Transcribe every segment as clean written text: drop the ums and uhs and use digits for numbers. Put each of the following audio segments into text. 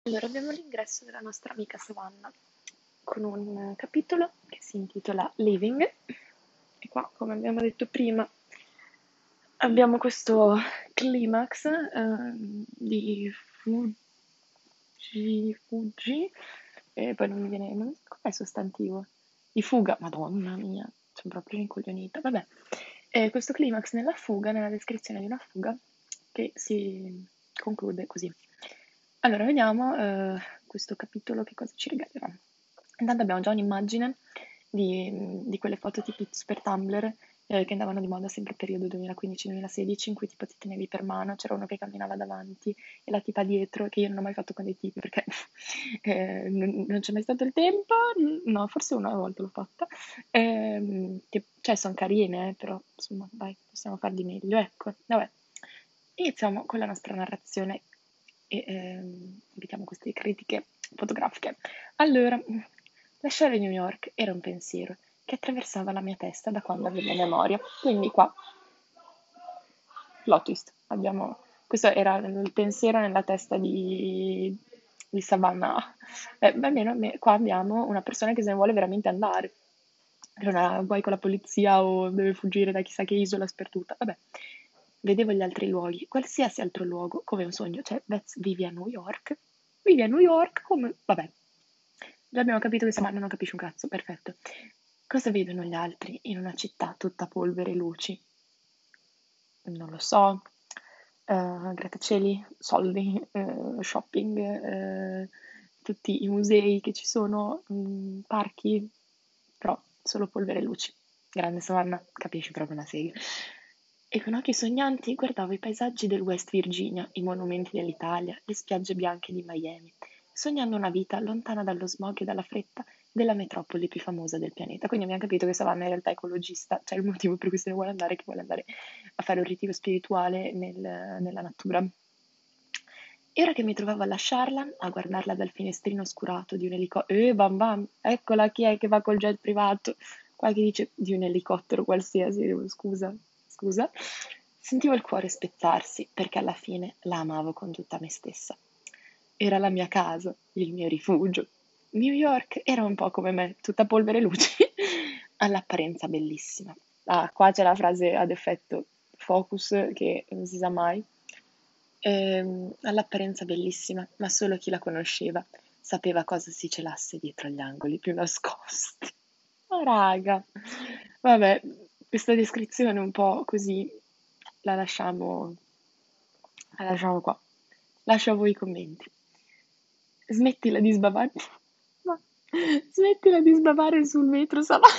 Allora, abbiamo l'ingresso della nostra amica Savannah con un capitolo che si intitola Living e qua, come abbiamo detto prima, abbiamo questo climax di fuggi, e poi non mi viene, non so com'è il sostantivo, di fuga, madonna mia, sono proprio rincoglionita, vabbè. Questo climax nella fuga, nella descrizione di una fuga, che si conclude così. Allora, vediamo questo capitolo che cosa ci regalerà. Intanto abbiamo già un'immagine di quelle foto tipo per Tumblr che andavano di moda sempre periodo 2015-2016, in cui tipo ti tenevi per mano, c'era uno che camminava davanti e la tipa dietro, che io non ho mai fatto con dei tipi perché non c'è mai stato il tempo, no, forse una volta l'ho fatta, che, cioè sono carine, però insomma dai, possiamo far di meglio, ecco, vabbè. Iniziamo con la nostra narrazione e evitiamo queste critiche fotografiche. Allora, lasciare New York era un pensiero che attraversava la mia testa da quando avevo memoria. Quindi qua, plot twist, abbiamo... Questo era il pensiero nella testa di Savannah. Almeno qua abbiamo una persona che se ne vuole veramente andare. Non ha guai con la polizia o deve fuggire da chissà che isola sperduta. Vabbè, vedevo gli altri luoghi, qualsiasi altro luogo, come un sogno. Cioè, Beth, vivi a New York? Vivi a New York come... Vabbè, già abbiamo capito che Savannah non capisce un cazzo, perfetto. Cosa vedono gli altri in una città tutta polvere e luci? Non lo so, grattacieli, soldi, shopping, tutti i musei che ci sono, parchi, però solo polvere e luci. Grande Savannah, capisci proprio una sega. E con occhi sognanti guardavo i paesaggi del West Virginia, i monumenti dell'Italia, le spiagge bianche di Miami, sognando una vita lontana dallo smog e dalla fretta della metropoli più famosa del pianeta. Quindi abbiamo capito che Savannah in realtà è ecologista, cioè il motivo per cui se ne vuole andare è che vuole andare a fare un ritiro spirituale nella natura. E ora che mi trovavo a lasciarla, a guardarla dal finestrino oscurato di un elicottero, bam bam, eccola chi è che va col jet privato, qua che dice di un elicottero qualsiasi, scusa, scusa, sentivo il cuore spezzarsi perché alla fine la amavo con tutta me stessa. Era la mia casa, il mio rifugio. New York era un po' come me, tutta polvere e luci, all'apparenza bellissima. Ah, qua c'è la frase ad effetto focus che non si sa mai. All'apparenza bellissima, ma solo chi la conosceva sapeva cosa si celasse dietro agli angoli più nascosti. Ma raga, vabbè, questa descrizione un po' così la lasciamo, la lasciamo qua. Lascio a voi i commenti. Smettila di sbavare. Ma smettila di sbavare sul vetro salato.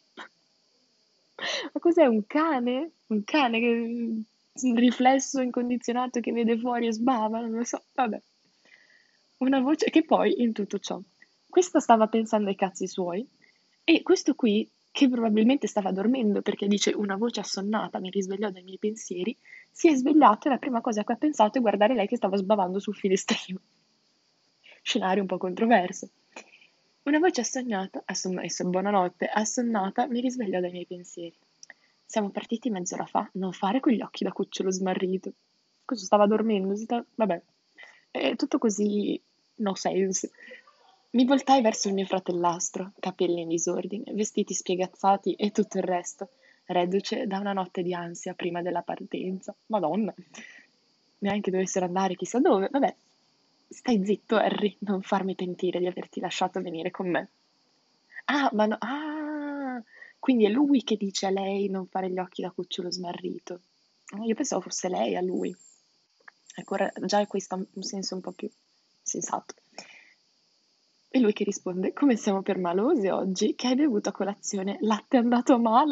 Ma cos'è un cane? Un cane che un riflesso incondizionato che vede fuori e sbava, non lo so. Vabbè. Una voce che poi in tutto ciò, questa stava pensando ai cazzi suoi e questo qui che probabilmente stava dormendo perché dice una voce assonnata mi risvegliò dai miei pensieri, si è svegliato e la prima cosa che ha pensato è guardare lei che stava sbavando sul finestrino. Scenario un po' controverso. Una voce assognata, messo buonanotte, assonnata, mi risvegliò dai miei pensieri. Siamo partiti mezz'ora fa, non fare quegli occhi da cucciolo smarrito. Cosa stava dormendo? Vabbè, è tutto così no sense. Mi voltai verso il mio fratellastro, capelli in disordine, vestiti spiegazzati e tutto il resto, reduce da una notte di ansia prima della partenza. Madonna, neanche dovessero andare chissà dove. Vabbè, stai zitto, Harry, non farmi pentire di averti lasciato venire con me. Ah, ma no, ah, quindi è lui che dice a lei non fare gli occhi da cucciolo smarrito. Ah, io pensavo fosse lei a lui. Ecco, già questo ha un senso un po' più sensato. E lui che risponde, come siamo permalose oggi? Che hai bevuto a colazione? Latte è andato male?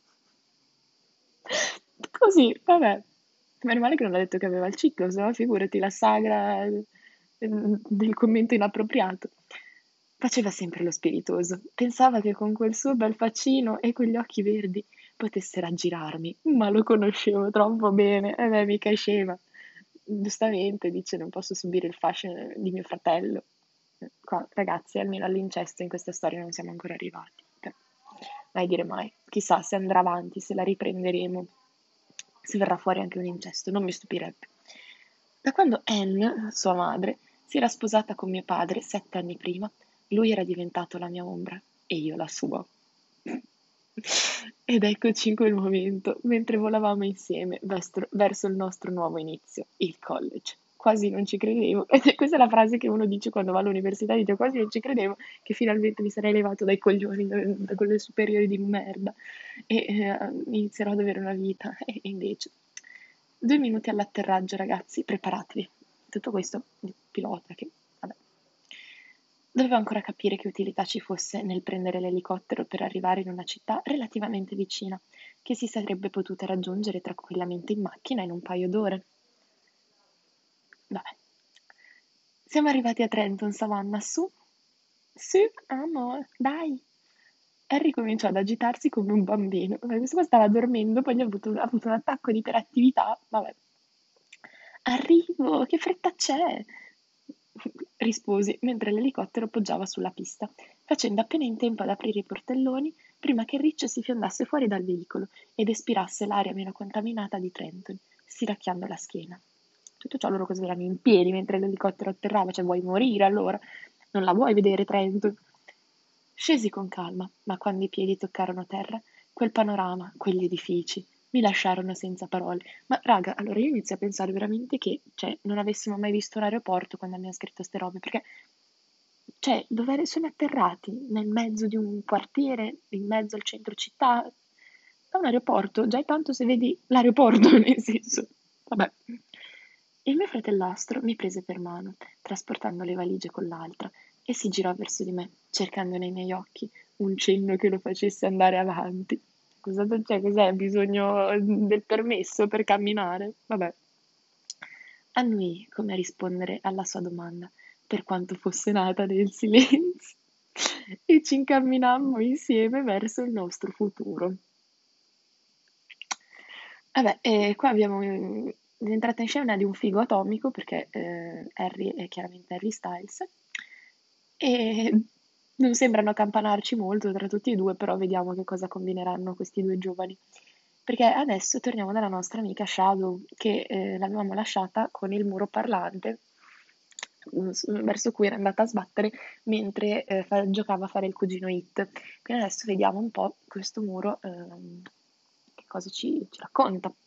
Così, vabbè. Meno male che non ha detto che aveva il ciclo, se no figurati la sagra del commento inappropriato. Faceva sempre lo spiritoso. Pensava che con quel suo bel faccino e quegli occhi verdi potesse raggirarmi, ma lo conoscevo troppo bene, e beh, mica scema. Giustamente dice, non posso subire il fascino di mio fratello. Qua, ragazzi, almeno all'incesto in questa storia non siamo ancora arrivati. Mai dire mai. Chissà se andrà avanti, se la riprenderemo, se verrà fuori anche un incesto, non mi stupirebbe. Da quando Anne, sua madre, Si era sposata con mio padre 7 anni prima, lui era diventato la mia ombra e io la sua. Ed eccoci in quel momento, mentre volavamo insieme verso il nostro nuovo inizio, il college. Quasi non ci credevo. Questa è la frase che uno dice quando va all'università, dice quasi non ci credevo che finalmente mi sarei levato dai coglioni, da quelle superiori di merda e inizierò ad avere una vita. E invece, 2 minuti all'atterraggio, ragazzi, preparatevi. Tutto questo il pilota che, vabbè. Dovevo ancora capire che utilità ci fosse nel prendere l'elicottero per arrivare in una città relativamente vicina, che si sarebbe potuta raggiungere tranquillamente in macchina in un paio d'ore. Vabbè. Siamo arrivati a Trenton, Savannah, su. Sì, amore, dai. Harry cominciò ad agitarsi come un bambino. Questo qua stava dormendo, poi gli ha avuto un attacco di iperattività. Vabbè. Arrivo, che fretta c'è? Risposi mentre l'elicottero poggiava sulla pista, facendo appena in tempo ad aprire i portelloni prima che Rich si fiondasse fuori dal veicolo ed espirasse l'aria meno contaminata di Trenton, stiracchiando la schiena. Tutto ciò loro così erano in piedi mentre l'elicottero atterrava, cioè vuoi morire allora? Non la vuoi vedere Trenton? Scesi con calma, ma quando i piedi toccarono terra, quel panorama, quegli edifici, mi lasciarono senza parole. Ma raga, allora io inizio a pensare veramente che, cioè, non avessimo mai visto un aeroporto quando abbiamo scritto ste robe, perché, cioè, dove sono atterrati? Nel mezzo di un quartiere, in mezzo al centro città? Da un aeroporto, già è tanto se vedi l'aeroporto, nel senso, vabbè. Il mio fratellastro mi prese per mano, trasportando le valigie con l'altra, e si girò verso di me, cercando nei miei occhi un cenno che lo facesse andare avanti. Cos'è? Bisogno del permesso per camminare? Vabbè. Annui come a rispondere alla sua domanda, per quanto fosse nata nel silenzio, e ci incamminammo insieme verso il nostro futuro. Vabbè, qua abbiamo l'entrata in scena di un figo atomico, perché Harry è chiaramente Harry Styles, e non sembrano campanarci molto tra tutti e due, però vediamo che cosa combineranno questi due giovani. Perché adesso torniamo dalla nostra amica Shadow, che l'avevamo lasciata con il muro parlante verso cui era andata a sbattere mentre giocava a fare il cugino Hit. Quindi adesso vediamo un po' questo muro che cosa ci racconta.